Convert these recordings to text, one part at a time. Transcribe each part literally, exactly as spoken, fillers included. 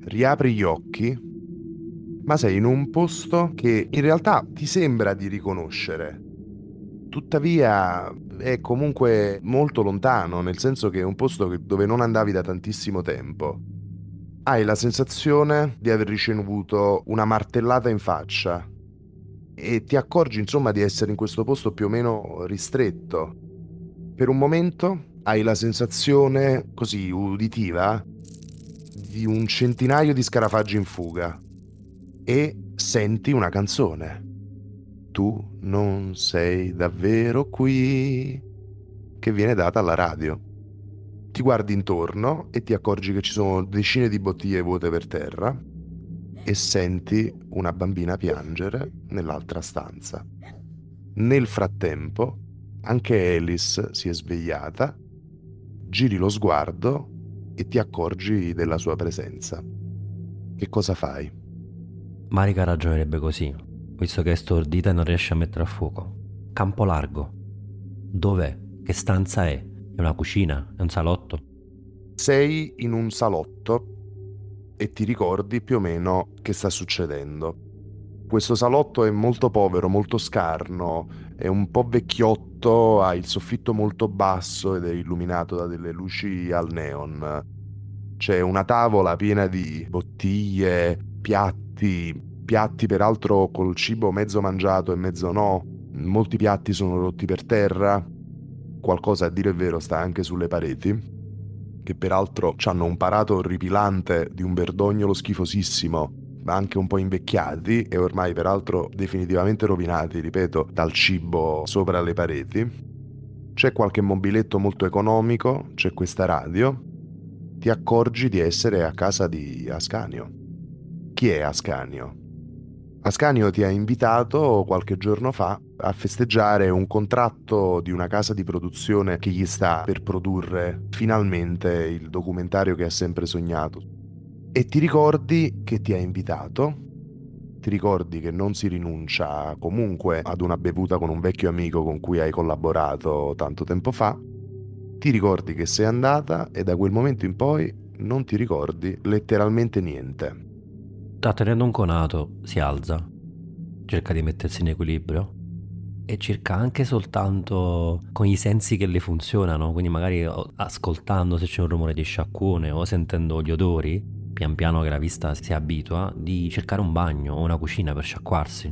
riapri gli occhi, ma sei in un posto che in realtà ti sembra di riconoscere. Tuttavia è comunque molto lontano, nel senso che è un posto che- dove non andavi da tantissimo tempo. Hai la sensazione di aver ricevuto una martellata in faccia e ti accorgi insomma di essere in questo posto più o meno ristretto. Per un momento hai la sensazione così uditiva di un centinaio di scarafaggi in fuga e senti una canzone. Tu non sei davvero qui, che viene data alla radio. Ti guardi intorno e ti accorgi che ci sono decine di bottiglie vuote per terra e senti una bambina piangere nell'altra stanza. Nel frattempo, anche Alice si è svegliata, giri lo sguardo e ti accorgi della sua presenza. Che cosa fai? Marika ragionerebbe così, visto che è stordita e non riesce a mettere a fuoco. Campo largo. Dov'è? Che stanza è? È una cucina? È un salotto? Sei in un salotto e ti ricordi più o meno che sta succedendo. Questo salotto è molto povero, molto scarno, è un po' vecchiotto, ha il soffitto molto basso ed è illuminato da delle luci al neon. C'è una tavola piena di bottiglie, piatti, piatti peraltro col cibo mezzo mangiato e mezzo no. Molti piatti sono rotti per terra, qualcosa a dire il vero sta anche sulle pareti, che peraltro hanno un parato orripilante di un verdognolo schifosissimo, ma anche un po' invecchiati e ormai peraltro definitivamente rovinati, ripeto, dal cibo sopra le pareti. C'è qualche mobiletto molto economico, c'è questa radio. Ti accorgi di essere a casa di Ascanio. Chi è Ascanio? Ascanio ti ha invitato qualche giorno fa a festeggiare un contratto di una casa di produzione che gli sta per produrre finalmente il documentario che ha sempre sognato. E ti ricordi che ti ha invitato? Ti ricordi che non si rinuncia comunque ad una bevuta con un vecchio amico con cui hai collaborato tanto tempo fa? Ti ricordi che sei andata e da quel momento in poi non ti ricordi letteralmente niente. Trattenendo un conato, si alza, cerca di mettersi in equilibrio e cerca anche soltanto con i sensi che le funzionano, quindi magari o- ascoltando se c'è un rumore di sciacquone o sentendo gli odori, pian piano che la vista si abitua, di cercare un bagno o una cucina per sciacquarsi.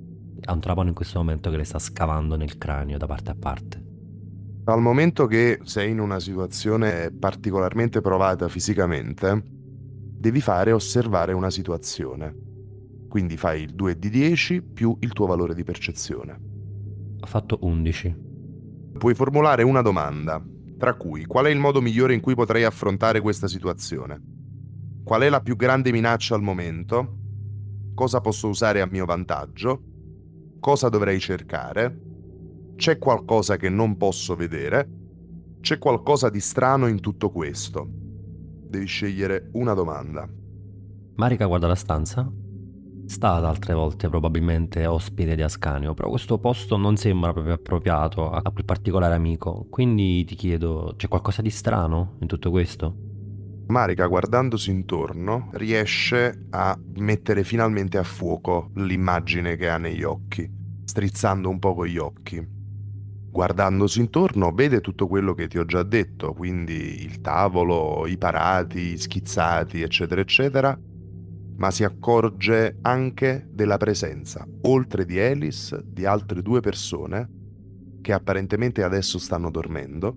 Ha un trapano in questo momento che le sta scavando nel cranio da parte a parte. Dal momento che sei in una situazione particolarmente provata fisicamente, devi fare osservare una situazione. Quindi fai il due di dieci più il tuo valore di percezione. Ho fatto undici. Puoi formulare una domanda, tra cui qual è il modo migliore in cui potrei affrontare questa situazione? Qual è la più grande minaccia al momento? Cosa posso usare a mio vantaggio? Cosa dovrei cercare? C'è qualcosa che non posso vedere? C'è qualcosa di strano in tutto questo? Devi scegliere una domanda. Marika guarda la stanza. Sta ad altre volte probabilmente ospite di Ascanio, però questo posto non sembra proprio appropriato a a quel particolare amico, quindi ti chiedo, c'è qualcosa di strano in tutto questo? Marika, guardandosi intorno, riesce a mettere finalmente a fuoco l'immagine che ha negli occhi, strizzando un poco gli occhi. Guardandosi intorno, vede tutto quello che ti ho già detto, quindi il tavolo, i parati, schizzati, eccetera, eccetera, ma si accorge anche della presenza, oltre di Alice, di altre due persone che apparentemente adesso stanno dormendo.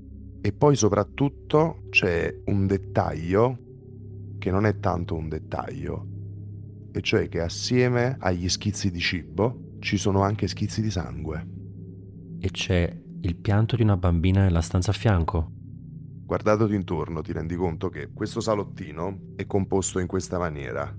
E poi soprattutto c'è un dettaglio che non è tanto un dettaglio, e cioè che assieme agli schizzi di cibo ci sono anche schizzi di sangue. E c'è il pianto di una bambina nella stanza a fianco? Guardandoti intorno ti rendi conto che questo salottino è composto in questa maniera.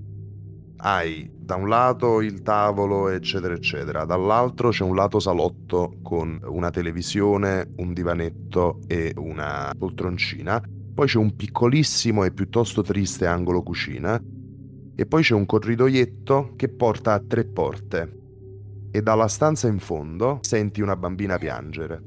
Hai da un lato il tavolo, eccetera, eccetera, dall'altro c'è un lato salotto con una televisione, un divanetto e una poltroncina. Poi c'è un piccolissimo e piuttosto triste angolo cucina. E poi c'è un corridoietto che porta a tre porte. E dalla stanza in fondo senti una bambina piangere.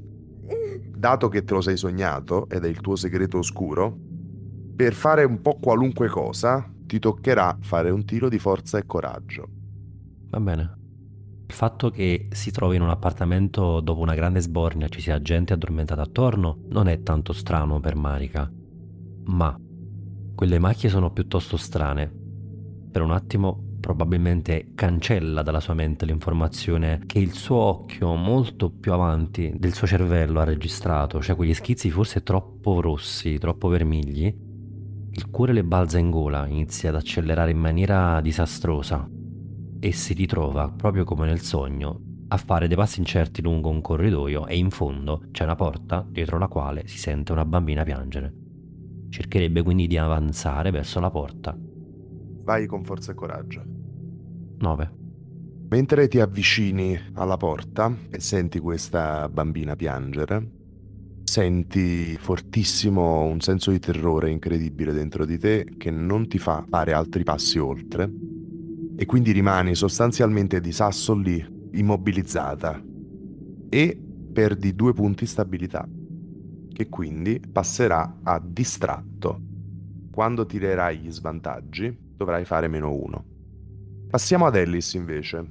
Dato che te lo sei sognato ed è il tuo segreto oscuro, per fare un po' qualunque cosa ti toccherà fare un tiro di forza e coraggio. Va bene. Il fatto che si trovi in un appartamento dopo una grande sbornia e ci sia gente addormentata attorno non è tanto strano per Marika, ma quelle macchie sono piuttosto strane. Per un attimo probabilmente cancella dalla sua mente l'informazione che il suo occhio molto più avanti del suo cervello ha registrato, cioè quegli schizzi forse troppo rossi, troppo vermigli. Il cuore le balza in gola, inizia ad accelerare in maniera disastrosa e si ritrova, proprio come nel sogno, a fare dei passi incerti lungo un corridoio e in fondo c'è una porta dietro la quale si sente una bambina piangere. Cercherebbe quindi di avanzare verso la porta. Vai con forza e coraggio. nove. Mentre ti avvicini alla porta e senti questa bambina piangere, senti fortissimo un senso di terrore incredibile dentro di te che non ti fa fare altri passi oltre e quindi rimani sostanzialmente di sasso lì, immobilizzata, e perdi due punti stabilità, che quindi passerà a distratto. Quando tirerai gli svantaggi dovrai fare meno uno. Passiamo ad Alice invece.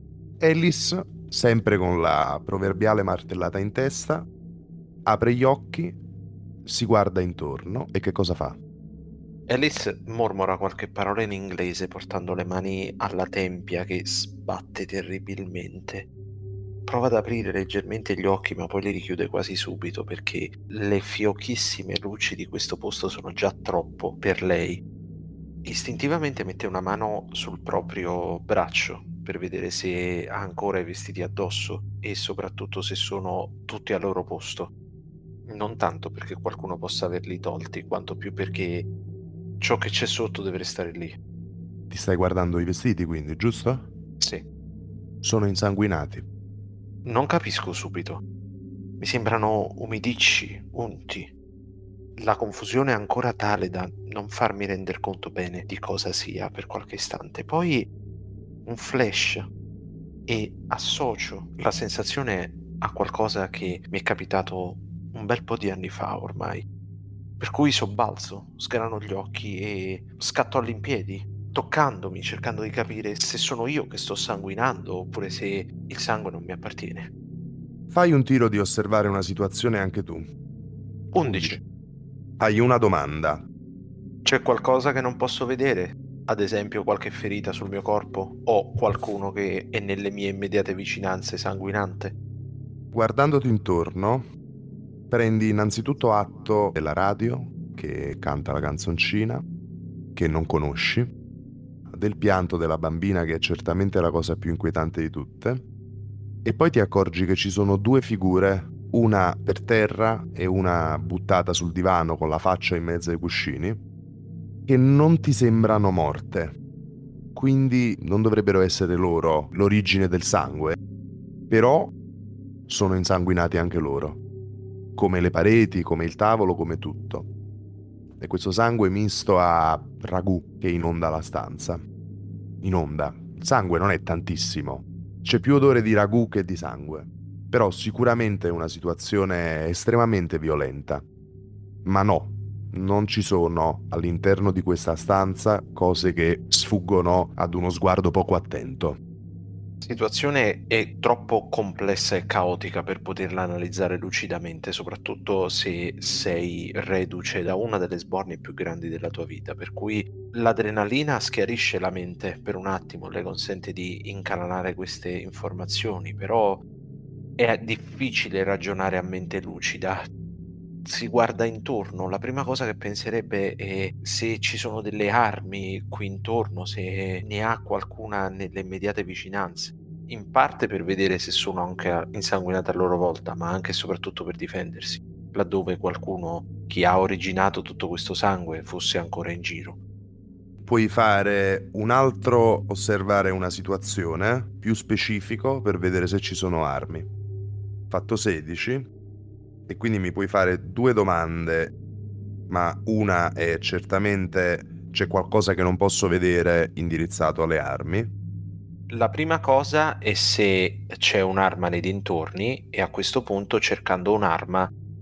Alice, sempre con la proverbiale martellata in testa, apre gli occhi, si guarda intorno e che cosa fa? Alice mormora qualche parola in inglese portando le mani alla tempia che sbatte terribilmente. Prova ad aprire leggermente gli occhi ma poi li richiude quasi subito perché le fiochissime luci di questo posto sono già troppo per lei. Istintivamente mette una mano sul proprio braccio per vedere se ha ancora i vestiti addosso e soprattutto se sono tutti al loro posto. Non tanto perché qualcuno possa averli tolti, quanto più perché ciò che c'è sotto deve restare lì. Ti stai guardando i vestiti quindi, giusto? Sì. Sono insanguinati. Non capisco subito. Mi sembrano umidicci, unti. La confusione è ancora tale da non farmi render conto bene di cosa sia per qualche istante. Poi un flash e associo la sensazione a qualcosa che mi è capitato un bel po' di anni fa ormai. Per cui sobbalzo, sgrano gli occhi e scatto all'impiedi, toccandomi, cercando di capire se sono io che sto sanguinando oppure se il sangue non mi appartiene. Fai un tiro di osservare una situazione anche tu. undici. Hai una domanda. C'è qualcosa che non posso vedere? Ad esempio qualche ferita sul mio corpo? O qualcuno che è nelle mie immediate vicinanze sanguinante? Guardandoti intorno, prendi innanzitutto atto della radio che canta la canzoncina, che non conosci, del pianto della bambina che è certamente la cosa più inquietante di tutte, e poi ti accorgi che ci sono due figure, una per terra e una buttata sul divano con la faccia in mezzo ai cuscini, che non ti sembrano morte, quindi non dovrebbero essere loro l'origine del sangue, però sono insanguinati anche loro, come le pareti, come il tavolo, come tutto. E questo sangue misto a ragù che inonda la stanza. Inonda. Il sangue non è tantissimo, c'è più odore di ragù che di sangue, però sicuramente è una situazione estremamente violenta. Ma no, non ci sono all'interno di questa stanza cose che sfuggono ad uno sguardo poco attento. La situazione è troppo complessa e caotica per poterla analizzare lucidamente, soprattutto se sei reduce da una delle sbornie più grandi della tua vita, per cui l'adrenalina schiarisce la mente per un attimo, le consente di incanalare queste informazioni, però è difficile ragionare a mente lucida. Si guarda intorno, la prima cosa che penserebbe è se ci sono delle armi qui intorno, se ne ha qualcuna nelle immediate vicinanze, in parte per vedere se sono anche insanguinate a loro volta, ma anche e soprattutto per difendersi, laddove qualcuno, chi ha originato tutto questo sangue, fosse ancora in giro. Puoi fare un altro osservare una situazione più specifico per vedere se ci sono armi. Fatto sedici. E quindi mi puoi fare due domande, ma una è certamente c'è qualcosa che non posso vedere indirizzato alle armi. La prima cosa è se c'è un'arma nei dintorni e a questo punto, cercando un'arma,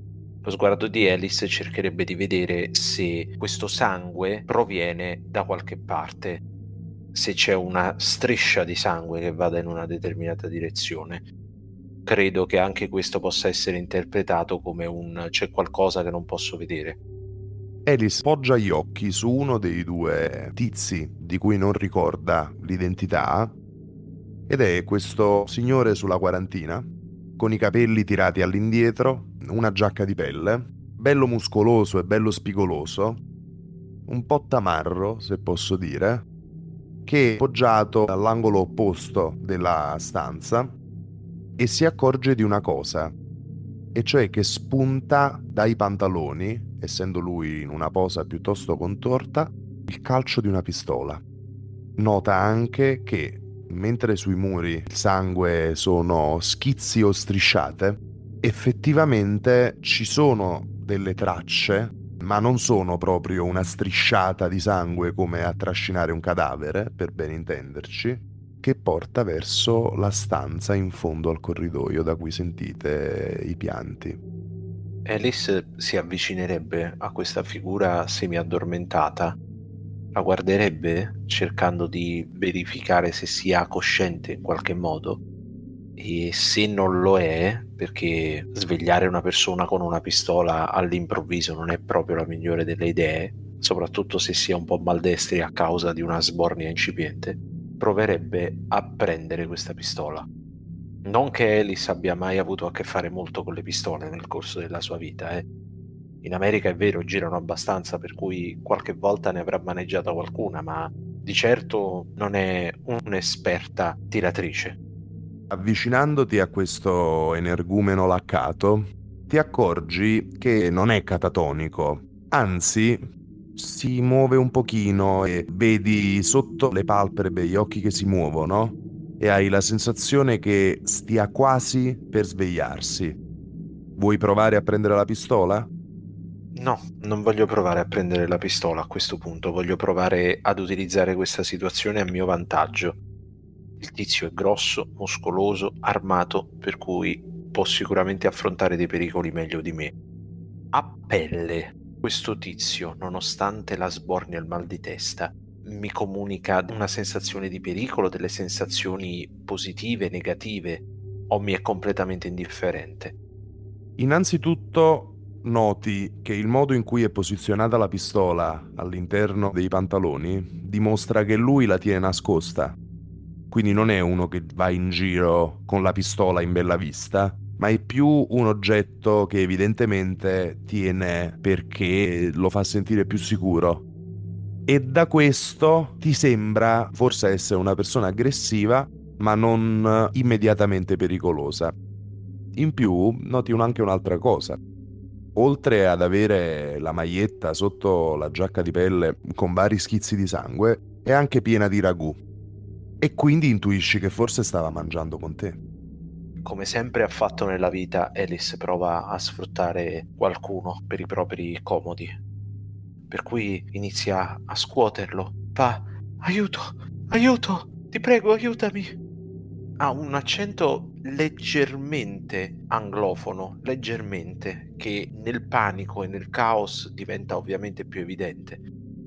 Lo sguardo di Alice cercherebbe di vedere se questo sangue proviene da qualche parte, se c'è una striscia di sangue che vada in una determinata direzione. Credo che anche questo possa essere interpretato come un c'è qualcosa che non posso vedere. Alice poggia gli occhi su uno dei due tizi di cui non ricorda l'identità, ed è questo signore sulla quarantina, con i capelli tirati all'indietro, una giacca di pelle, bello muscoloso e bello spigoloso, un po' tamarro, se posso dire, che è poggiato all'angolo opposto della stanza e si accorge di una cosa, e cioè che spunta dai pantaloni, essendo lui in una posa piuttosto contorta, il calcio di una pistola. Nota anche che, mentre sui muri il sangue sono schizzi o strisciate, effettivamente ci sono delle tracce, ma non sono proprio una strisciata di sangue come a trascinare un cadavere, per ben intenderci, che porta verso la stanza in fondo al corridoio da cui sentite i pianti. Alice si avvicinerebbe a questa figura semi-addormentata, la guarderebbe cercando di verificare se sia cosciente in qualche modo, e se non lo è, perché svegliare una persona con una pistola all'improvviso non è proprio la migliore delle idee, soprattutto se si è un po' maldestri a causa di una sbornia incipiente, proverebbe a prendere questa pistola. Non che Alice abbia mai avuto a che fare molto con le pistole nel corso della sua vita, eh. In America è vero, girano abbastanza, per cui qualche volta ne avrà maneggiata qualcuna, ma di certo non è un'esperta tiratrice. Avvicinandoti a questo energumeno laccato, ti accorgi che non è catatonico, anzi si muove un pochino e vedi sotto le palpebre gli occhi che si muovono e hai la sensazione che stia quasi per svegliarsi. Vuoi provare a prendere la pistola? No, non voglio provare a prendere la pistola a questo punto, voglio provare ad utilizzare questa situazione a mio vantaggio. Il tizio è grosso, muscoloso, armato, per cui può sicuramente affrontare dei pericoli meglio di me. A pelle, questo tizio, nonostante la sbornia e il mal di testa, mi comunica una sensazione di pericolo, delle sensazioni positive, negative, o mi è completamente indifferente? Innanzitutto noti che il modo in cui è posizionata la pistola all'interno dei pantaloni dimostra che lui la tiene nascosta. Quindi non è uno che va in giro con la pistola in bella vista, ma è più un oggetto che evidentemente tiene perché lo fa sentire più sicuro. E da questo ti sembra forse essere una persona aggressiva, ma non immediatamente pericolosa. In più noti un- anche un'altra cosa. Oltre ad avere la maglietta sotto la giacca di pelle con vari schizzi di sangue, è anche piena di ragù. E quindi intuisci che forse stava mangiando con te. Come sempre ha fatto nella vita, Alice prova a sfruttare qualcuno per i propri comodi. Per cui inizia a scuoterlo. Fa: aiuto, aiuto, ti prego, aiutami. Ha un accento leggermente anglofono, leggermente, che nel panico e nel caos diventa ovviamente più evidente,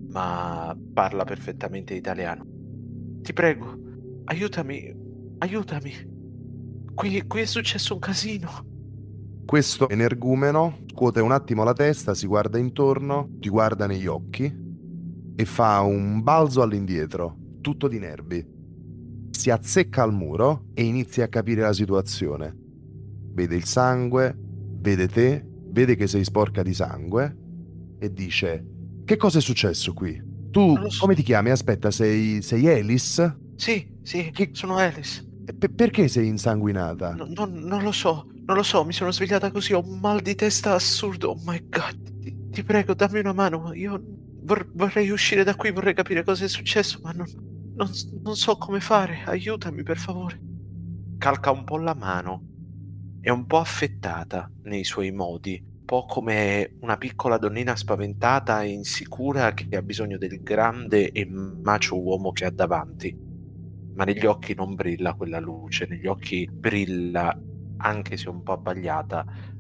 ma parla perfettamente italiano. Ti prego, aiutami, aiutami. Qui, qui è successo un casino. Questo energumeno scuote un attimo la testa, si guarda intorno, ti guarda negli occhi e fa un balzo all'indietro, tutto di nervi. Si azzecca al muro e inizia a capire la situazione. Vede il sangue, vede te, vede che sei sporca di sangue e dice: che cosa è successo qui? Non lo Tu so. come ti chiami? Aspetta, sei, sei Alice? Sì, sì, Che, sono Alice. pe- perché sei insanguinata? No- non, non lo so, non lo so, mi sono svegliata così, ho un mal di testa assurdo. Oh my god, ti, ti prego, dammi una mano. Io vor- vorrei uscire da qui, vorrei capire cosa è successo, ma non, non, non so come fare. Aiutami, per favore. Calca un po' la mano, è un po' affettata nei suoi modi, un po' come una piccola donnina spaventata e insicura che ha bisogno del grande e macio uomo che ha davanti. Ma negli occhi non brilla quella luce, negli occhi brilla, anche se un po' abbagliata,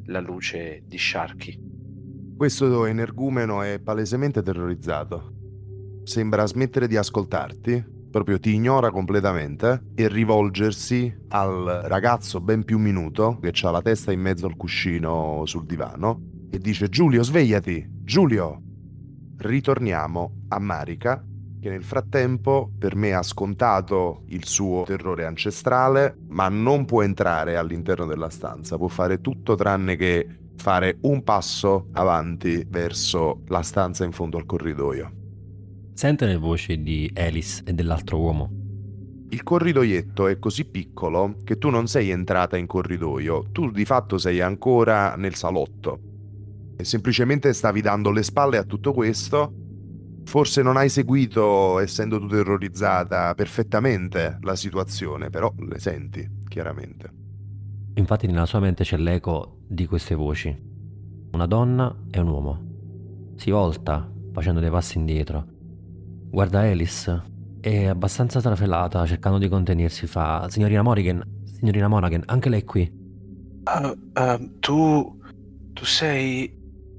la luce di Sharky. Questo energumeno è palesemente terrorizzato. Sembra smettere di ascoltarti, proprio ti ignora completamente e rivolgersi al ragazzo ben più minuto che ha la testa in mezzo al cuscino sul divano e dice: Giulio, svegliati! Giulio! Ritorniamo a Marika, che nel frattempo per me ha scontato il suo terrore ancestrale, ma non può entrare all'interno della stanza, può fare tutto tranne che fare un passo avanti verso la stanza in fondo al corridoio. Sente le voci di Alice e dell'altro uomo. Il corridoietto è così piccolo che tu non sei entrata in corridoio, tu di fatto sei ancora nel salotto e semplicemente stavi dando le spalle a tutto questo. Forse non hai seguito, essendo tu terrorizzata, perfettamente la situazione, però le senti, chiaramente. Infatti nella sua mente c'è l'eco di queste voci. Una donna e un uomo. Si volta, facendo dei passi indietro. Guarda Alice, è abbastanza trafelata, cercando di contenersi, fa: Signorina Morrigan, signorina Monaghan, anche lei è qui. Uh, uh, tu... tu sei...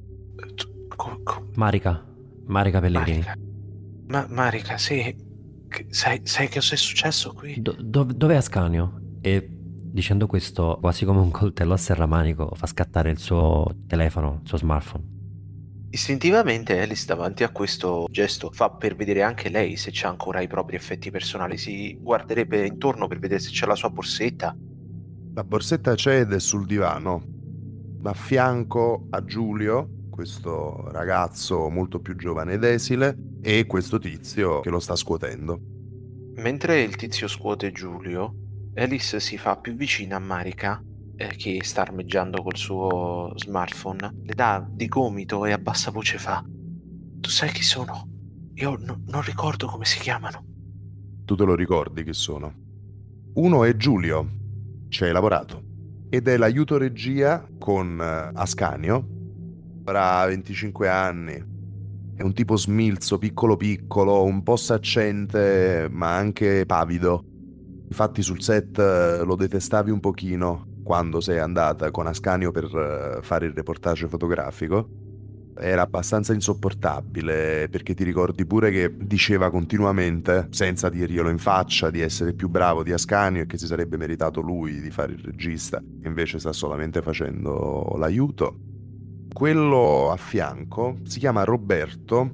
Tu, co, co... Marika, Marika Pellegrini. Marika. Ma Marika, sì. Che- Sai, sai che cosa è successo qui? Do- dov- dov'è Ascanio? E dicendo questo, quasi come un coltello a serramanico, fa scattare il suo telefono, il suo smartphone. Istintivamente Alice davanti a questo gesto fa per vedere anche lei se c'ha ancora i propri effetti personali. Si guarderebbe intorno per vedere se c'è la sua borsetta. La borsetta c'è ed è sul divano, a fianco a Giulio, questo ragazzo molto più giovane ed esile, e questo tizio che lo sta scuotendo. Mentre il tizio scuote Giulio, Alice si fa più vicina a Marika, eh, che sta armeggiando col suo smartphone. Le dà di gomito e a bassa voce fa: tu sai chi sono? Io no- non ricordo come si chiamano. Tu te lo ricordi chi sono? Uno è Giulio, ci hai lavorato, ed è l'aiuto regia con eh, Ascanio, avrà venticinque anni, è un tipo smilzo, piccolo piccolo, un po' saccente, ma anche pavido. Infatti sul set eh, lo detestavi un pochino quando sei andata con Ascanio per eh, fare il reportage fotografico. Era abbastanza insopportabile perché ti ricordi pure che diceva continuamente, senza dirglielo in faccia, di essere più bravo di Ascanio e che si sarebbe meritato lui di fare il regista, invece sta solamente facendo l'aiuto. Quello a fianco si chiama Roberto,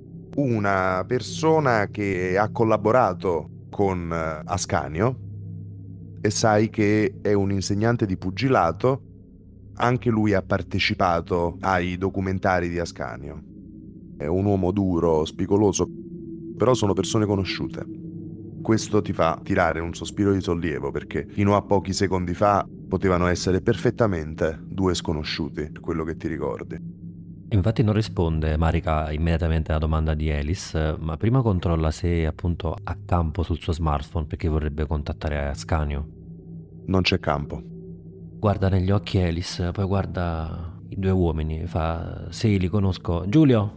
una persona che ha collaborato con eh, Ascanio e sai che è un insegnante di pugilato. Anche lui ha partecipato ai documentari di Ascanio. È un uomo duro, spigoloso, però sono persone conosciute. Questo ti fa tirare un sospiro di sollievo perché fino a pochi secondi fa potevano essere perfettamente due sconosciuti, per quello che ti ricordi. Infatti non risponde Marika immediatamente alla domanda di Alice, ma prima controlla se è appunto a campo sul suo smartphone perché vorrebbe contattare Ascanio. Non c'è campo. Guarda negli occhi Alice, poi guarda i due uomini, fa: sì, li conosco. Giulio?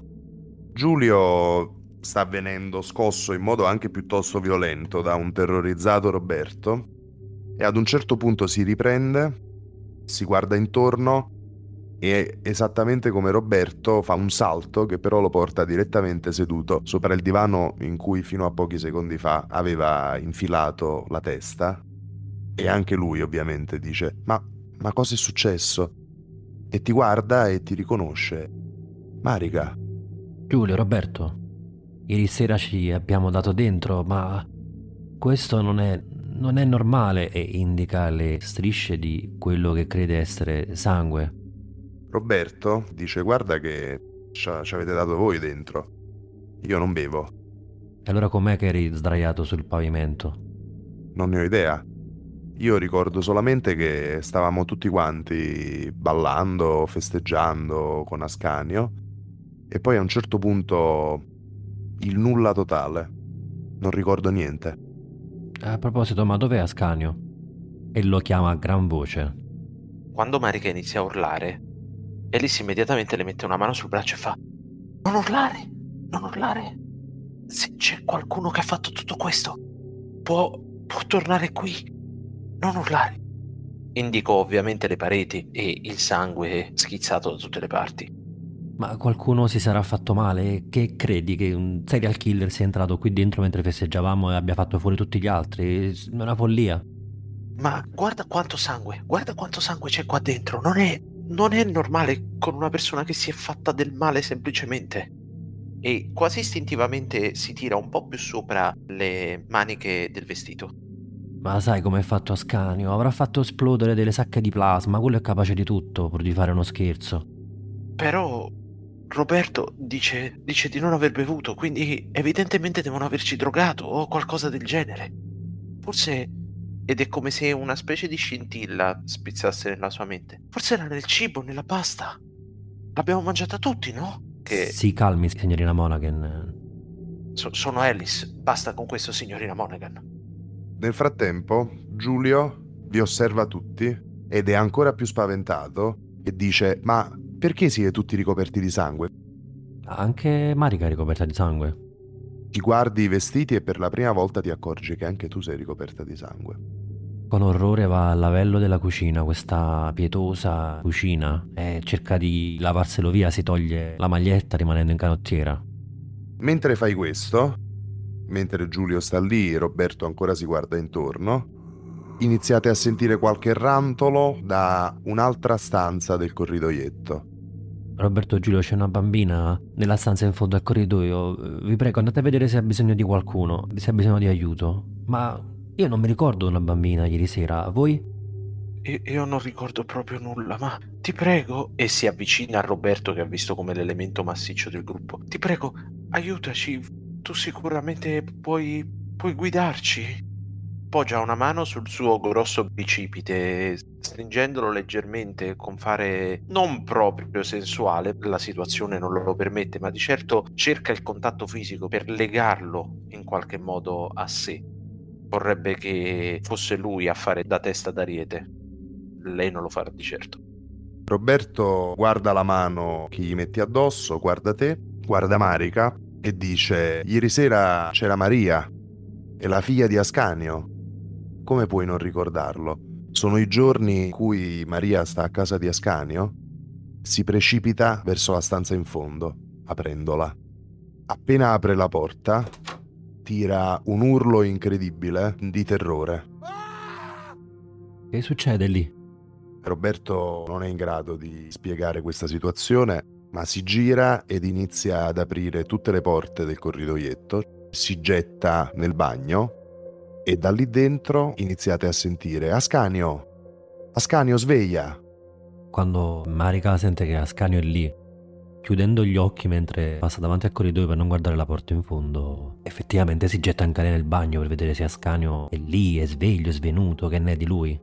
Giulio sta venendo scosso in modo anche piuttosto violento da un terrorizzato Roberto e ad un certo punto si riprende, si guarda intorno e esattamente come Roberto fa un salto che però lo porta direttamente seduto sopra il divano in cui fino a pochi secondi fa aveva infilato la testa. E anche lui ovviamente dice: ma, ma cosa è successo? E ti guarda e ti riconosce. Marika. Giulio, Roberto? Ieri sera ci abbiamo dato dentro, ma questo non è, non è normale, e indica le strisce di quello che crede essere sangue. Roberto dice: guarda che ci ci avete dato voi dentro. Io non bevo. E allora com'è che eri sdraiato sul pavimento? Non ne ho idea. Io ricordo solamente che stavamo tutti quanti ballando, festeggiando con Ascanio e poi a un certo punto il nulla totale. Non ricordo niente. A proposito, ma dov'è Ascanio? E lo chiama a gran voce. Quando Marika inizia a urlare, Alice immediatamente le mette una mano sul braccio e fa: non urlare, non urlare. Se c'è qualcuno che ha fatto tutto questo, può, può tornare qui. Non urlare. Indicò ovviamente le pareti e il sangue schizzato da tutte le parti. Ma qualcuno si sarà fatto male? Che credi che un serial killer sia entrato qui dentro mentre festeggiavamo e abbia fatto fuori tutti gli altri? È una follia. Ma guarda quanto sangue, guarda quanto sangue c'è qua dentro. Non è, non è normale con una persona che si è fatta del male semplicemente. E quasi istintivamente si tira un po' più sopra le maniche del vestito. Ma sai com'è fatto Ascanio? Avrà fatto esplodere delle sacche di plasma, quello è capace di tutto pur di fare uno scherzo. Però Roberto dice, dice di non aver bevuto, quindi evidentemente devono averci drogato o qualcosa del genere. Forse, ed è come se una specie di scintilla spizzasse nella sua mente. Forse era nel cibo, nella pasta. L'abbiamo mangiata tutti, no? Che Si calmi, signorina Monaghan. so- sono Alice. Basta con questo, signorina Monaghan. Nel frattempo, Giulio vi osserva tutti ed è ancora più spaventato e dice: ma perché siete tutti ricoperti di sangue? Anche Marica è ricoperta di sangue. Ti guardi i vestiti e per la prima volta ti accorgi che anche tu sei ricoperta di sangue. Con orrore va al lavello della cucina, questa pietosa cucina, e cerca di lavarselo via, si toglie la maglietta rimanendo in canottiera. Mentre fai questo, mentre Giulio sta lì e Roberto ancora si guarda intorno, iniziate a sentire qualche rantolo da un'altra stanza del corridoietto. Roberto, Giulio, c'è una bambina nella stanza in fondo al corridoio. Vi prego, andate a vedere se ha bisogno di qualcuno, se ha bisogno di aiuto. Ma io non mi ricordo una bambina ieri sera, voi? Io, io non ricordo proprio nulla, ma ti prego. E si avvicina a Roberto che ha visto come l'elemento massiccio del gruppo. Ti prego, aiutaci. Tu sicuramente puoi, puoi guidarci. Poggia una mano sul suo grosso bicipite, stringendolo leggermente con fare non proprio sensuale, la situazione non lo permette, ma di certo cerca il contatto fisico per legarlo in qualche modo a sé. Vorrebbe che fosse lui a fare da testa d'ariete. Lei non lo farà di certo. Roberto guarda la mano che gli metti addosso, guarda te, guarda Marica e dice: ieri sera c'era Maria, è la figlia di Ascanio. Come puoi non ricordarlo? Sono i giorni in cui Maria sta a casa di Ascanio. Si precipita verso la stanza in fondo, aprendola. Appena apre la porta, tira un urlo incredibile di terrore. Che succede lì? Roberto non è in grado di spiegare questa situazione, ma si gira ed inizia ad aprire tutte le porte del corridoietto, si getta nel bagno e da lì dentro iniziate a sentire: Ascanio, Ascanio, sveglia! Quando Marica sente che Ascanio è lì, chiudendo gli occhi mentre passa davanti al corridoio per non guardare la porta in fondo, effettivamente si getta anche lei nel bagno per vedere se Ascanio è lì, è sveglio, è svenuto, che ne è di lui.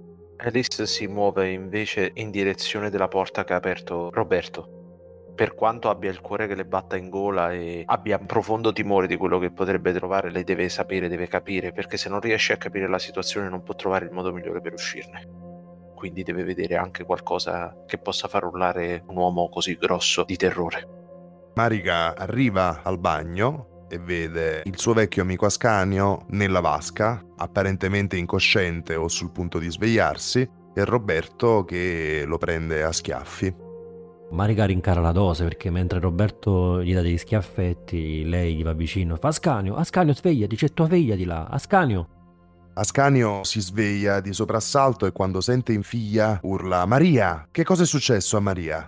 Alice si muove invece in direzione della porta che ha aperto Roberto. Per quanto abbia il cuore che le batta in gola e abbia un profondo timore di quello che potrebbe trovare, lei deve sapere, deve capire, perché se non riesce a capire la situazione non può trovare il modo migliore per uscirne. Quindi deve vedere anche qualcosa che possa far urlare un uomo così grosso di terrore. Marica arriva al bagno e vede il suo vecchio amico Ascanio nella vasca, apparentemente incosciente o sul punto di svegliarsi, e Roberto che lo prende a schiaffi. Marica rincara la dose perché mentre Roberto gli dà degli schiaffetti, lei gli va vicino e fa: Ascanio, Ascanio, svegliati, c'è tua figlia di là, Ascanio. Ascanio si sveglia di soprassalto e quando sente in figlia urla: Maria, che cosa è successo a Maria?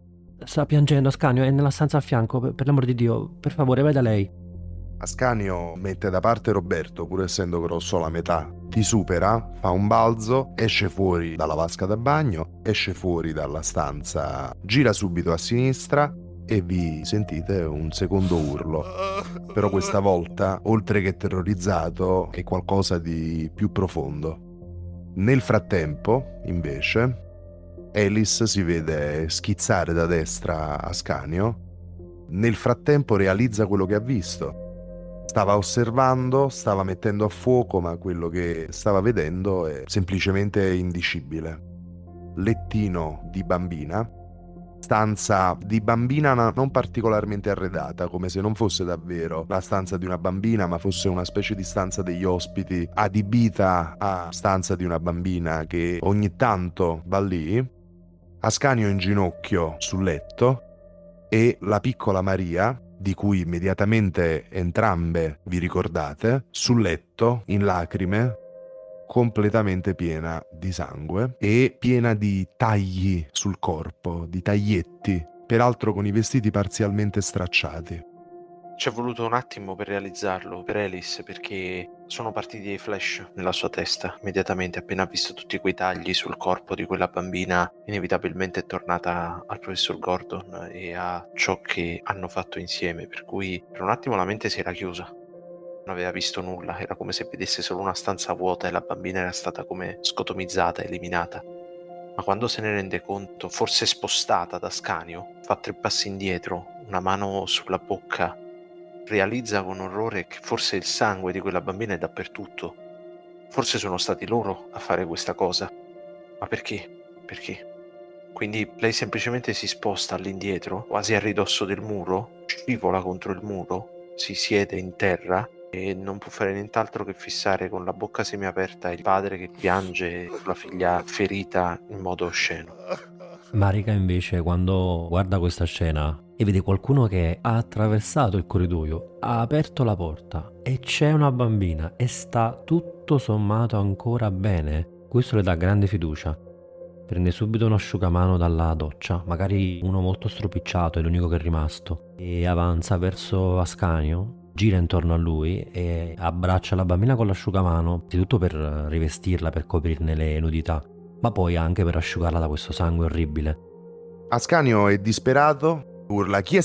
Sta piangendo, Ascanio, è nella stanza a fianco, per, per l'amor di Dio, per favore, vai da lei. Ascanio mette da parte Roberto, pur essendo grosso la metà, ti supera, fa un balzo, esce fuori dalla vasca da bagno, esce fuori dalla stanza, gira subito a sinistra e vi sentite un secondo urlo. Però questa volta, oltre che terrorizzato, è qualcosa di più profondo. Nel frattempo, invece, Alice si vede schizzare da destra Ascanio. Nel frattempo realizza quello che ha visto. Stava osservando, stava mettendo a fuoco, ma quello che stava vedendo è semplicemente indicibile. Lettino di bambina, stanza di bambina na- non particolarmente arredata, come se non fosse davvero la stanza di una bambina, ma fosse una specie di stanza degli ospiti adibita a stanza di una bambina che ogni tanto va lì. Ascanio in ginocchio sul letto e la piccola Maria, di cui immediatamente entrambe vi ricordate, sul letto in lacrime, completamente piena di sangue e piena di tagli sul corpo, di taglietti, peraltro con i vestiti parzialmente stracciati. Ci è voluto un attimo per realizzarlo, per Alice, perché sono partiti dei flash nella sua testa. Immediatamente, appena ha visto tutti quei tagli sul corpo di quella bambina, inevitabilmente è tornata al professor Gordon e a ciò che hanno fatto insieme, per cui per un attimo la mente si era chiusa. Non aveva visto nulla, era come se vedesse solo una stanza vuota e la bambina era stata come scotomizzata, eliminata. Ma quando se ne rende conto, forse spostata da Ascanio, fa tre passi indietro, una mano sulla bocca, realizza con orrore che forse il sangue di quella bambina è dappertutto. Forse sono stati loro a fare questa cosa. Ma perché? Perché? Quindi lei semplicemente si sposta all'indietro, quasi a ridosso del muro, scivola contro il muro, si siede in terra e non può fare nient'altro che fissare con la bocca semiaperta il padre che piange sulla figlia ferita in modo osceno. Marika invece, quando guarda questa scena e vede qualcuno che ha attraversato il corridoio, ha aperto la porta e c'è una bambina e sta tutto sommato ancora bene, questo le dà grande fiducia. Prende subito un asciugamano dalla doccia, magari uno molto stropicciato, è l'unico che è rimasto, e avanza verso Ascanio, gira intorno a lui e abbraccia la bambina con l'asciugamano, innanzitutto per rivestirla, per coprirne le nudità, ma poi anche per asciugarla da questo sangue orribile. Ascanio è disperato, urla: chi è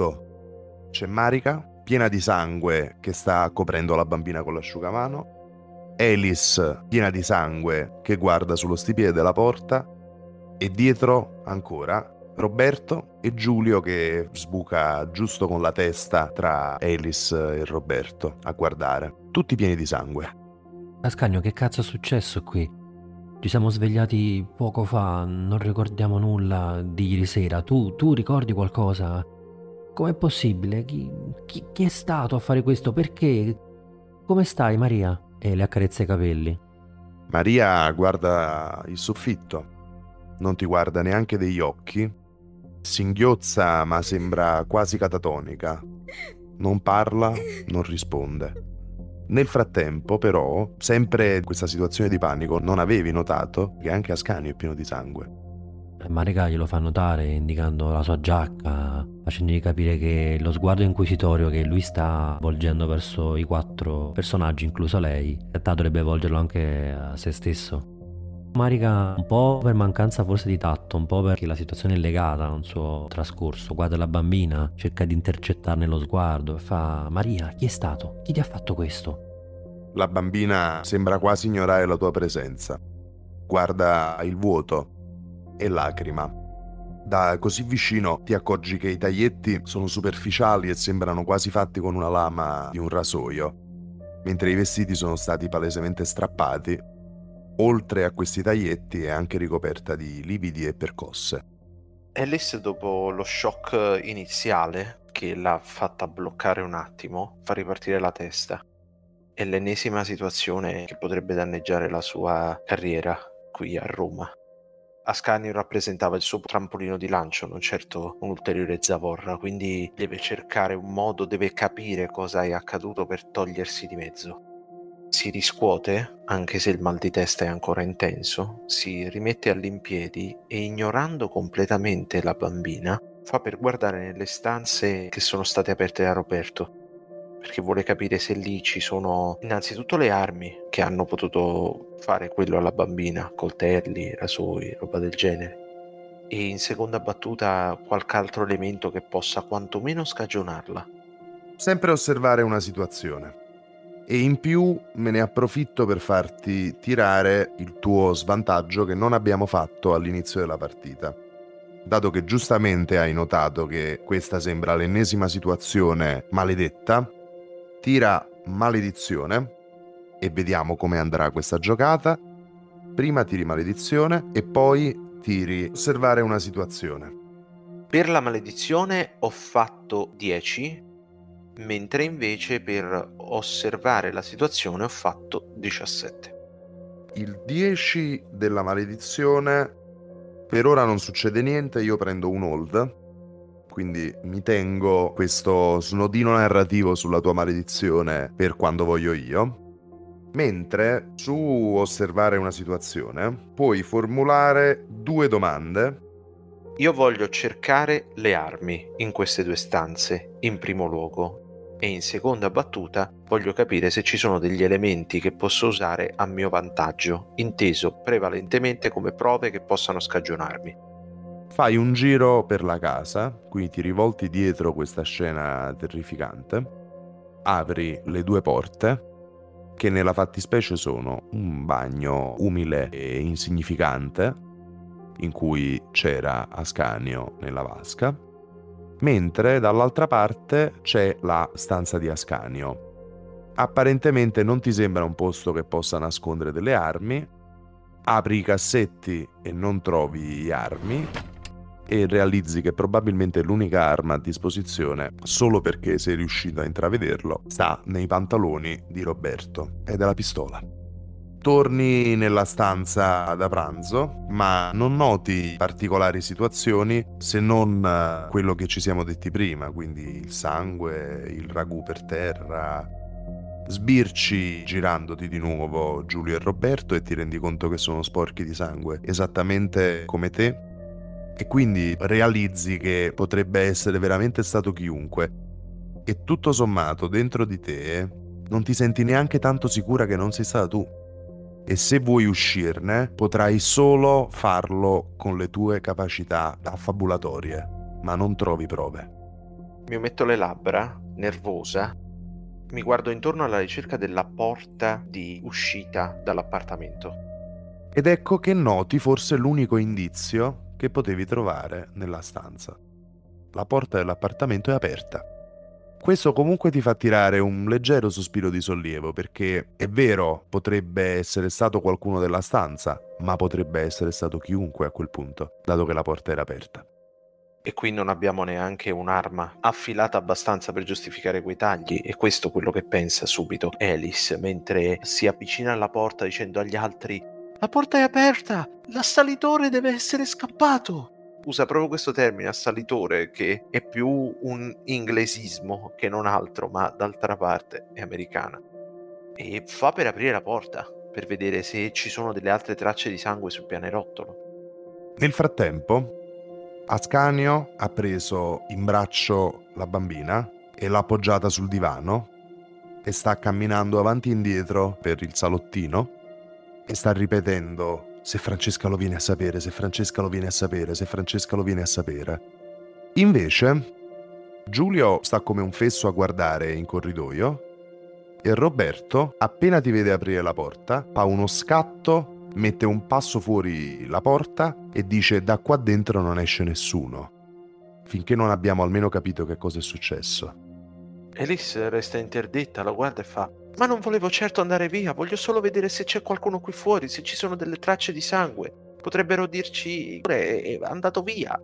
stato? C'è Marika, piena di sangue, che sta coprendo la bambina con l'asciugamano, Alice, piena di sangue, che guarda sullo stipite della porta, e dietro ancora Roberto e Giulio che sbuca giusto con la testa tra Alice e Roberto a guardare, tutti pieni di sangue. Ascanio, che cazzo è successo qui? Ci siamo svegliati poco fa, non ricordiamo nulla di ieri sera. Tu, tu ricordi qualcosa? Com'è possibile? Chi, chi, chi è stato a fare questo? Perché? Come stai, Maria? E le accarezza i capelli. Maria guarda il soffitto, non ti guarda neanche degli occhi, singhiozza ma sembra quasi catatonica, non parla, non risponde. Nel frattempo, però, sempre in questa situazione di panico, non avevi notato che anche Ascanio è pieno di sangue. Marika glielo fa notare indicando la sua giacca, facendogli capire che lo sguardo inquisitorio che lui sta volgendo verso i quattro personaggi, incluso lei, in realtà dovrebbe volgerlo anche a se stesso. Marika, un po' per mancanza forse di tatto, un po' perché la situazione è legata a un suo trascorso, guarda la bambina, cerca di intercettarne lo sguardo e fa: Maria, chi è stato? Chi ti ha fatto questo? La bambina sembra quasi ignorare la tua presenza. Guarda il vuoto e lacrima. Da così vicino ti accorgi che i taglietti sono superficiali e sembrano quasi fatti con una lama di un rasoio, mentre i vestiti sono stati palesemente strappati. Oltre a questi taglietti è anche ricoperta di lividi e percosse. Alice, dopo lo shock iniziale che l'ha fatta bloccare un attimo, fa ripartire la testa. È l'ennesima situazione che potrebbe danneggiare la sua carriera qui a Roma. Ascanio rappresentava il suo trampolino di lancio, non certo un ulteriore zavorra, quindi deve cercare un modo, deve capire cosa è accaduto per togliersi di mezzo. Si riscuote, anche se il mal di testa è ancora intenso, si rimette all'impiedi e, ignorando completamente la bambina, fa per guardare nelle stanze che sono state aperte da Roberto, perché vuole capire se lì ci sono innanzitutto le armi che hanno potuto fare quello alla bambina, coltelli, rasoi, roba del genere, e in seconda battuta qualche altro elemento che possa quantomeno scagionarla. Sempre osservare una situazione. E in più me ne approfitto per farti tirare il tuo svantaggio che non abbiamo fatto all'inizio della partita. Dato che giustamente hai notato che questa sembra l'ennesima situazione maledetta, tira maledizione e vediamo come andrà questa giocata. Prima tiri maledizione e poi tiri osservare una situazione. Per la maledizione ho fatto dieci, mentre invece per osservare la situazione ho fatto diciassette. Il dieci della maledizione, per ora non succede niente, io prendo un hold, quindi mi tengo questo snodino narrativo sulla tua maledizione per quando voglio io. Mentre su osservare una situazione puoi formulare due domande. Io voglio cercare le armi in queste due stanze, in primo luogo, e in seconda battuta voglio capire se ci sono degli elementi che posso usare a mio vantaggio, inteso prevalentemente come prove che possano scagionarmi. Fai un giro per la casa, quindi ti rivolti dietro questa scena terrificante, apri le due porte, che nella fattispecie sono un bagno umile e insignificante, in cui c'era Ascanio nella vasca, mentre dall'altra parte c'è la stanza di Ascanio. Apparentemente non ti sembra un posto che possa nascondere delle armi, apri i cassetti e non trovi armi, e realizzi che probabilmente l'unica arma a disposizione, solo perché sei riuscito a intravederlo, sta nei pantaloni di Roberto, ed è la pistola. Torni nella stanza da pranzo, ma non noti particolari situazioni se non eh, quello che ci siamo detti prima, quindi il sangue, il ragù per terra. Sbirci girandoti di nuovo Giulio e Roberto e ti rendi conto che sono sporchi di sangue, esattamente come te, e quindi realizzi che potrebbe essere veramente stato chiunque. E tutto sommato dentro di te non ti senti neanche tanto sicura che non sei stata tu. E se vuoi uscirne, potrai solo farlo con le tue capacità affabulatorie, ma non trovi prove. Mi metto le labbra, nervosa, mi guardo intorno alla ricerca della porta di uscita dall'appartamento. Ed ecco che noti forse l'unico indizio che potevi trovare nella stanza. La porta dell'appartamento è aperta. Questo comunque ti fa tirare un leggero sospiro di sollievo, perché è vero, potrebbe essere stato qualcuno della stanza, ma potrebbe essere stato chiunque a quel punto, dato che la porta era aperta. E qui non abbiamo neanche un'arma affilata abbastanza per giustificare quei tagli, e questo è quello che pensa subito Alice mentre si avvicina alla porta dicendo agli altri: la porta è aperta, l'assalitore deve essere scappato. Usa proprio questo termine, assalitore, che è più un inglesismo che non altro, ma d'altra parte è americana. E fa per aprire la porta, per vedere se ci sono delle altre tracce di sangue sul pianerottolo. Nel frattempo, Ascanio ha preso in braccio la bambina e l'ha appoggiata sul divano e sta camminando avanti e indietro per il salottino e sta ripetendo: se Francesca lo viene a sapere, se Francesca lo viene a sapere, se Francesca lo viene a sapere. Invece, Giulio sta come un fesso a guardare in corridoio e Roberto, appena ti vede aprire la porta, fa uno scatto, mette un passo fuori la porta e dice: da qua dentro non esce nessuno, finché non abbiamo almeno capito che cosa è successo. Alice resta interdetta, la guarda e fa: ma non volevo certo andare via, voglio solo vedere se c'è qualcuno qui fuori, se ci sono delle tracce di sangue. Potrebbero dirci è andato via.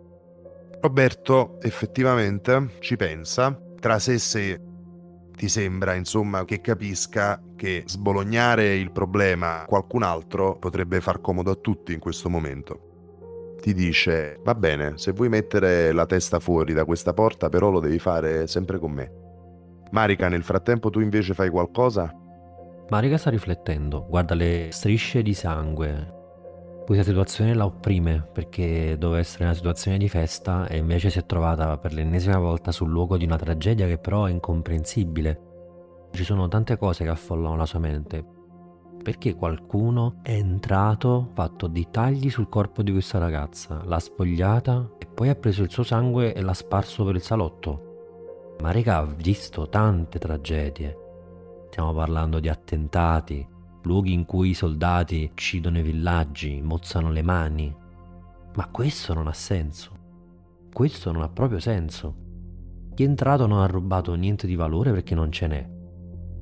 Roberto effettivamente ci pensa, tra sé e sé ti sembra insomma che capisca che sbolognare il problema a qualcun altro potrebbe far comodo a tutti in questo momento. Ti dice: va bene, se vuoi mettere la testa fuori da questa porta, però lo devi fare sempre con me. Marika, nel frattempo tu invece fai qualcosa? Marika sta riflettendo, guarda le strisce di sangue. Questa situazione la opprime perché doveva essere una situazione di festa e invece si è trovata per l'ennesima volta sul luogo di una tragedia che però è incomprensibile. Ci sono tante cose che affollano la sua mente. Perché qualcuno è entrato, fatto dei tagli sul corpo di questa ragazza, l'ha spogliata e poi ha preso il suo sangue e l'ha sparso per il salotto? Marika ha visto tante tragedie. Stiamo parlando di attentati, luoghi in cui i soldati uccidono i villaggi, mozzano le mani. Ma questo non ha senso. Questo non ha proprio senso. Chi è entrato non ha rubato niente di valore perché non ce n'è.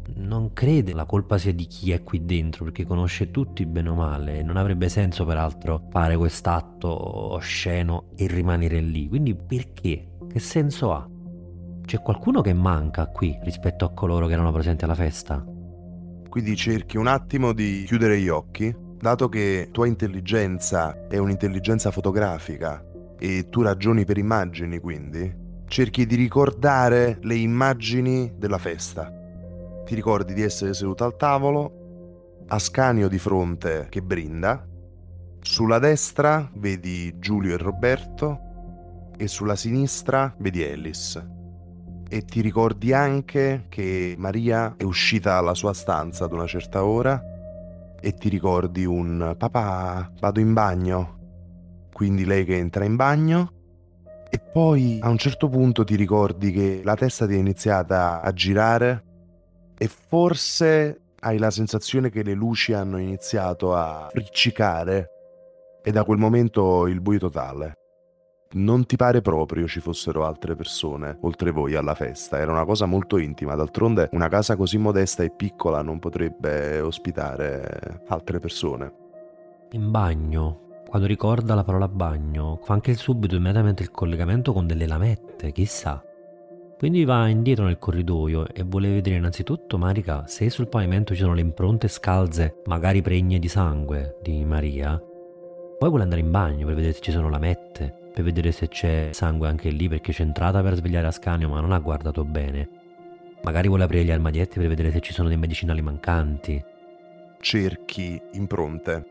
non crede la colpa sia di chi è qui dentro, perché conosce tutti bene o male, non avrebbe senso peraltro fare quest'atto osceno e rimanere lì. Quindi perché? Che senso ha? C'è qualcuno che manca qui rispetto a coloro che erano presenti alla festa? Quindi cerchi un attimo di chiudere gli occhi, dato che tua intelligenza è un'intelligenza fotografica e tu ragioni per immagini, quindi cerchi di ricordare le immagini della festa. Ti ricordi di essere seduto al tavolo, Ascanio di fronte che brinda, sulla destra vedi Giulio e Roberto e sulla sinistra vedi Alice. E ti ricordi anche che Maria è uscita dalla sua stanza ad una certa ora e ti ricordi un papà, vado in bagno. Quindi lei che entra in bagno e poi a un certo punto ti ricordi che la testa ti è iniziata a girare e forse hai la sensazione che le luci hanno iniziato a friccicare e da quel momento il buio totale. Non ti pare proprio ci fossero altre persone oltre voi alla festa, era una cosa molto intima, d'altronde una casa così modesta e piccola non potrebbe ospitare altre persone. In bagno, quando ricorda la parola bagno, fa anche subito immediatamente il collegamento con delle lamette, chissà. Quindi va indietro nel corridoio e vuole vedere innanzitutto Marica se sul pavimento ci sono le impronte scalze, magari pregne di sangue, di Maria. Poi vuole andare in bagno per vedere se ci sono lamette, per vedere se c'è sangue anche lì, perché c'è entrata per svegliare Ascanio ma non ha guardato bene. Magari vuole aprire gli armadietti per vedere se ci sono dei medicinali mancanti. Cerchi impronte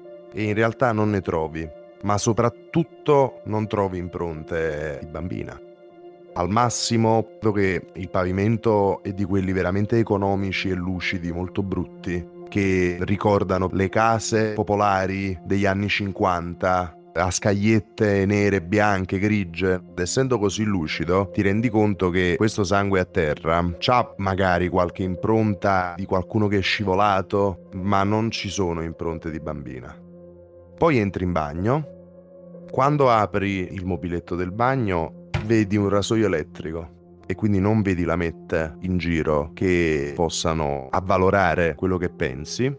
e in realtà non ne trovi, ma soprattutto non trovi impronte di bambina. Al massimo, vedo che il pavimento è di quelli veramente economici e lucidi, molto brutti, che ricordano le case popolari degli anni cinquanta, a scagliette nere, bianche, grigie. Essendo così lucido, ti rendi conto che questo sangue a terra c'ha magari qualche impronta di qualcuno che è scivolato, ma non ci sono impronte di bambina. Poi entri in bagno. Quando apri il mobiletto del bagno, vedi un rasoio elettrico e quindi non vedi lamette in giro che possano avvalorare quello che pensi.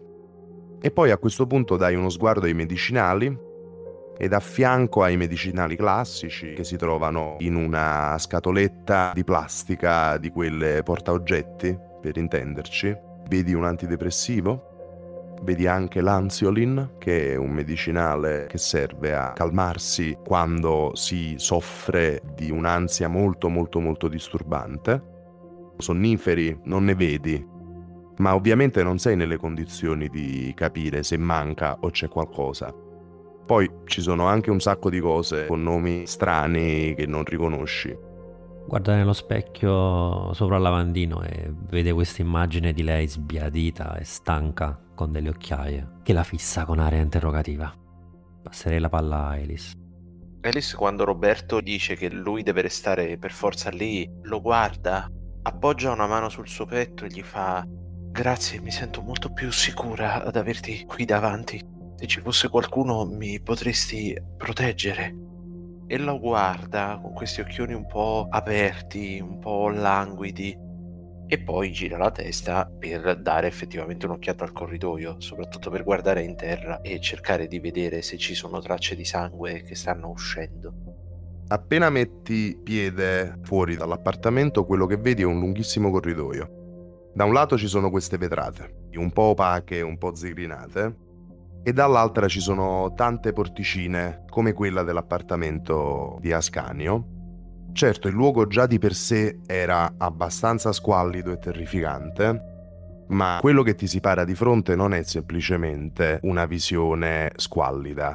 E poi a questo punto dai uno sguardo ai medicinali ed a fianco ai medicinali classici che si trovano in una scatoletta di plastica di quelle portaoggetti, per intenderci, vedi un antidepressivo. Vedi anche l'Ansiolin, che è un medicinale che serve a calmarsi quando si soffre di un'ansia molto molto molto disturbante. Sonniferi non ne vedi, ma ovviamente non sei nelle condizioni di capire se manca o c'è qualcosa. Poi ci sono anche un sacco di cose con nomi strani che non riconosci. Guarda nello specchio sopra il lavandino e vede questa immagine di lei sbiadita e stanca con delle occhiaie che la fissa con aria interrogativa. Passerei la palla a Alice. Alice, quando Roberto dice che lui deve restare per forza lì, lo guarda, appoggia una mano sul suo petto e gli fa: grazie, mi sento molto più sicura ad averti qui davanti. Se ci fosse qualcuno mi potresti proteggere. E lo guarda con questi occhioni un po' aperti, un po' languidi, e poi gira la testa per dare effettivamente un'occhiata al corridoio, soprattutto per guardare in terra e cercare di vedere se ci sono tracce di sangue che stanno uscendo. Appena metti piede fuori dall'appartamento, quello che vedi è un lunghissimo corridoio. Da un lato ci sono queste vetrate, un po' opache, un po' zigrinate, e dall'altra ci sono tante porticine come quella dell'appartamento di Ascanio. Certo, il luogo già di per sé era abbastanza squallido e terrificante, ma quello che ti si para di fronte non è semplicemente una visione squallida,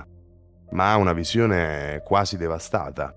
ma una visione quasi devastata.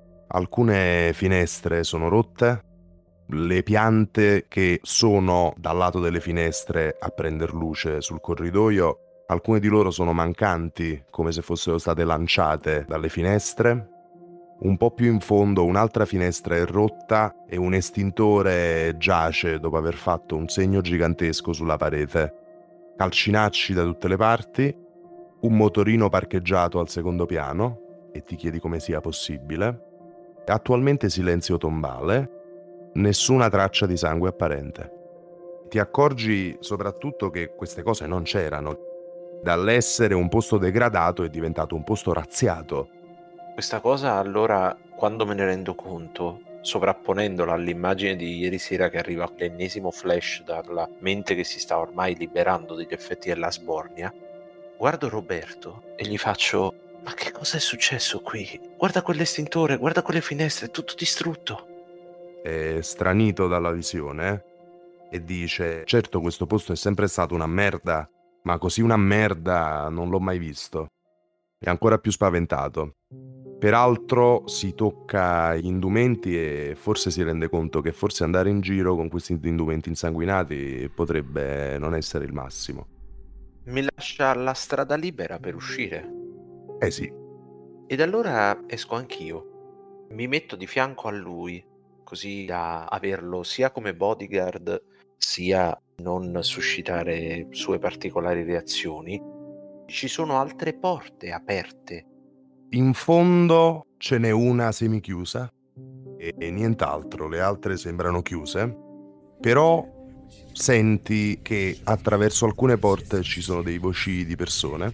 Alcune finestre sono rotte, le piante che sono dal lato delle finestre a prender luce sul corridoio, alcune di loro sono mancanti, come se fossero state lanciate dalle finestre. Un po' più in fondo un'altra finestra è rotta e un estintore giace dopo aver fatto un segno gigantesco sulla parete. Calcinacci da tutte le parti, un motorino parcheggiato al secondo piano, e ti chiedi come sia possibile. Attualmente silenzio tombale, nessuna traccia di sangue apparente. Ti accorgi soprattutto che queste cose non c'erano. Dall'essere un posto degradato è diventato un posto razziato. Questa cosa allora, quando me ne rendo conto, sovrapponendola all'immagine di ieri sera che arriva l'ennesimo flash dalla mente che si sta ormai liberando degli effetti della sbornia, guardo Roberto e gli faccio: ma che cosa è successo qui? Guarda quell'estintore, guarda quelle finestre, è tutto distrutto. È stranito dalla visione e dice: certo, questo posto è sempre stato una merda, ma così una merda non l'ho mai visto. È ancora più spaventato. Peraltro si tocca gli indumenti e forse si rende conto che forse andare in giro con questi indumenti insanguinati potrebbe non essere il massimo. Mi lascia la strada libera per uscire. Eh sì, Ed allora esco anch'io. Mi metto di fianco a lui, così da averlo sia come bodyguard, sia non suscitare sue particolari reazioni. Ci sono altre porte aperte. in fondo ce n'è una semichiusa e nient'altro, le altre sembrano chiuse, però senti che attraverso alcune porte ci sono dei voci di persone,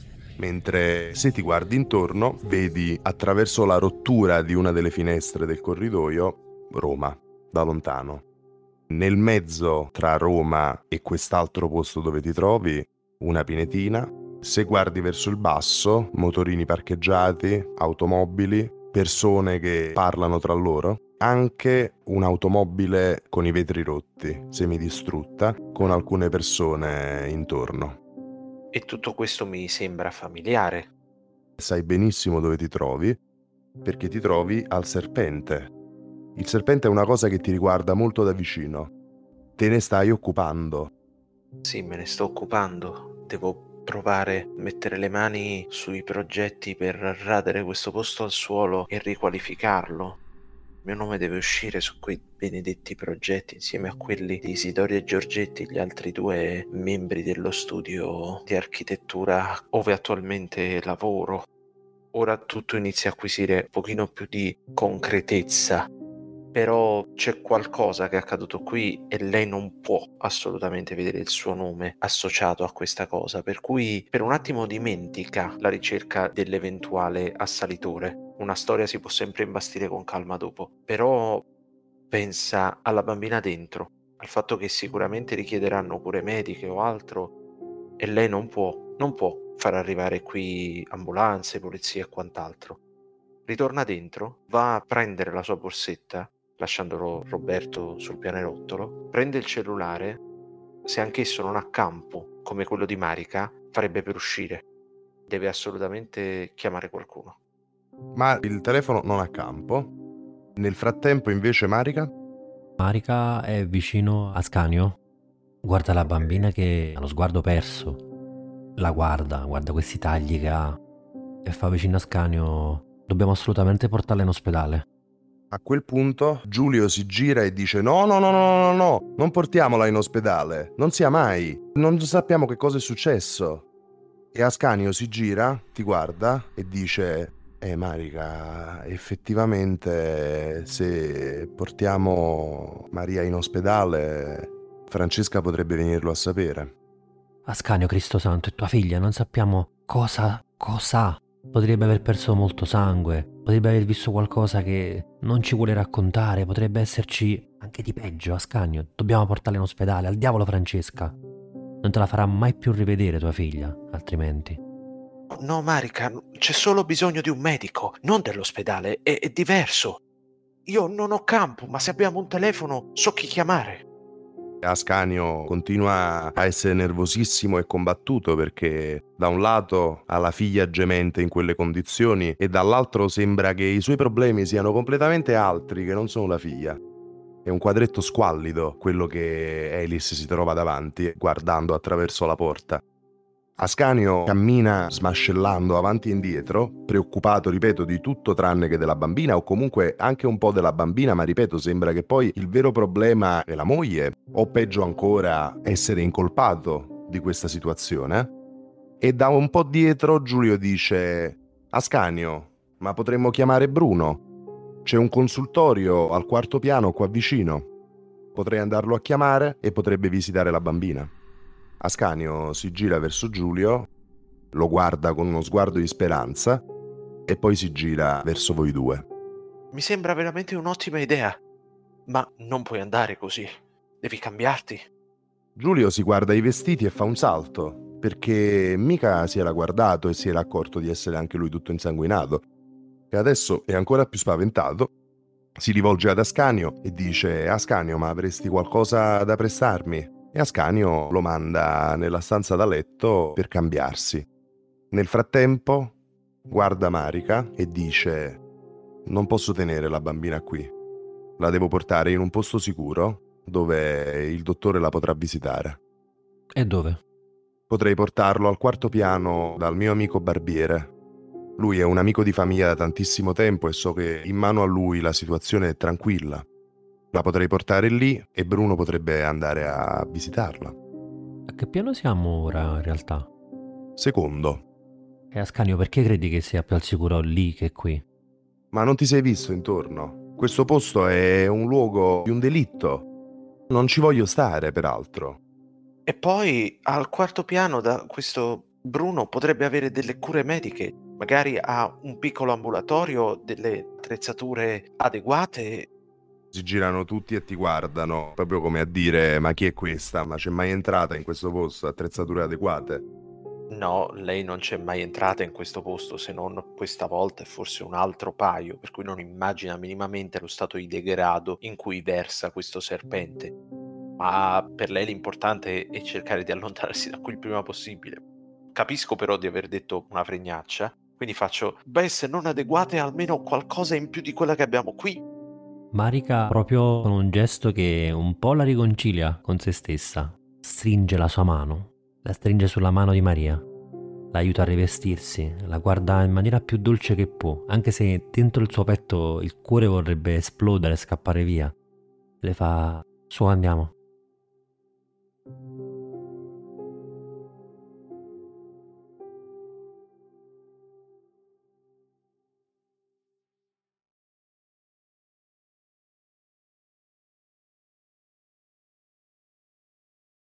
mentre se ti guardi intorno vedi attraverso la rottura di una delle finestre del corridoio Roma, da lontano. Nel mezzo tra Roma e quest'altro posto dove ti trovi, una pinetina. Se guardi verso il basso, motorini parcheggiati, automobili, persone che parlano tra loro, anche un'automobile con i vetri rotti, semidistrutta, con alcune persone intorno. E tutto questo mi sembra familiare. Sai benissimo dove ti trovi, perché ti trovi al serpente. Il serpente è una cosa che ti riguarda molto da vicino. Te ne stai occupando. Sì, me ne sto occupando. Devo provare a mettere le mani sui progetti per radere questo posto al suolo e riqualificarlo. Il mio nome deve uscire su quei benedetti progetti insieme a quelli di Isidori e Giorgetti, gli altri due membri dello studio di architettura dove attualmente lavoro. Ora tutto inizia a acquisire un pochino più di concretezza. Però c'è qualcosa che è accaduto qui e lei non può assolutamente vedere il suo nome associato a questa cosa, per cui per un attimo dimentica la ricerca dell'eventuale assalitore. Una storia si può sempre imbastire con calma dopo, però pensa alla bambina dentro, al fatto che sicuramente richiederanno cure mediche o altro e lei non può, non può far arrivare qui ambulanze, polizie e quant'altro. Ritorna dentro, va a prendere la sua borsetta, lasciandolo Roberto sul pianerottolo, prende il cellulare, se anch'esso non ha campo, come quello di Marica, farebbe per uscire. Deve assolutamente chiamare qualcuno. Ma il telefono non ha campo. Nel frattempo invece Marica? Marica è vicino a Scanio. Guarda la bambina che ha lo sguardo perso. La guarda, guarda questi tagli che ha. E fa vicino a Scanio: dobbiamo assolutamente portarla in ospedale. A quel punto Giulio si gira e dice: no, no, no, no, no, no, non portiamola in ospedale, non sia mai, non sappiamo che cosa è successo. E Ascanio si gira, ti guarda e dice: eh Marica, effettivamente se portiamo Maria in ospedale, Francesca potrebbe venirlo a sapere. Ascanio, Cristo Santo, è tua figlia, non sappiamo cosa, cosa. Potrebbe aver perso molto sangue, potrebbe aver visto qualcosa che non ci vuole raccontare, potrebbe esserci anche di peggio. Ascanio, dobbiamo portarla in ospedale, al diavolo Francesca. Non te la farà mai più rivedere tua figlia, altrimenti. No, Marica, c'è solo bisogno di un medico, non dell'ospedale, è, è diverso. Io non ho campo, ma se abbiamo un telefono so chi chiamare. Ascanio continua a essere nervosissimo e combattuto perché da un lato ha la figlia gemente in quelle condizioni e dall'altro sembra che i suoi problemi siano completamente altri, che non sono la figlia. È un quadretto squallido quello che Alice si trova davanti guardando attraverso la porta. Ascanio cammina smascellando avanti e indietro, preoccupato, ripeto, di tutto tranne che della bambina, o comunque anche un po' della bambina, ma ripeto, sembra che poi il vero problema è la moglie, o peggio ancora essere incolpato di questa situazione. E da un po' dietro Giulio dice: Ascanio, ma potremmo chiamare Bruno? C'è un consultorio al quarto piano qua vicino. potrei andarlo a chiamare e potrebbe visitare la bambina. Ascanio si gira verso Giulio, lo guarda con uno sguardo di speranza e poi si gira verso voi due. Mi sembra veramente un'ottima idea, ma non puoi andare così. Devi cambiarti. Giulio si guarda i vestiti e fa un salto, perché mica si era guardato e si era accorto di essere anche lui tutto insanguinato. E adesso è ancora più spaventato. Si rivolge ad Ascanio e dice: Ascanio, ma avresti qualcosa da prestarmi? E Ascanio lo manda nella stanza da letto per cambiarsi. Nel frattempo guarda Marica e dice: non posso tenere la bambina qui. La devo portare in un posto sicuro dove il dottore la potrà visitare. E dove? Potrei portarlo al quarto piano dal mio amico barbiere. Lui è un amico di famiglia da tantissimo tempo e so che in mano a lui la situazione è tranquilla. La potrei portare lì e Bruno potrebbe andare a visitarla. A che piano siamo ora in realtà? Secondo. E Ascanio, perché credi che sia più al sicuro lì che qui? Ma non ti sei visto intorno? Questo posto è un luogo di un delitto. Non ci voglio stare, peraltro. E poi al quarto piano da questo Bruno potrebbe avere delle cure mediche. Magari ha un piccolo ambulatorio, delle attrezzature adeguate. Si girano tutti e ti guardano, proprio come a dire: ma chi è questa? Ma c'è mai entrata in questo posto? Attrezzature adeguate? No, lei non c'è mai entrata in questo posto se non questa volta e forse un altro paio, per cui non immagina minimamente lo stato di degrado in cui versa questo serpente. Ma per lei l'importante è cercare di allontanarsi da qui il prima possibile. Capisco però di aver detto una fregnaccia, quindi faccio: beh, se non adeguate, almeno qualcosa in più di quella che abbiamo qui. Marica, proprio con un gesto che un po' la riconcilia con se stessa, stringe la sua mano, la stringe sulla mano di Maria, la aiuta a rivestirsi, la guarda in maniera più dolce che può, anche se dentro il suo petto il cuore vorrebbe esplodere e scappare via. Le fa: su, andiamo.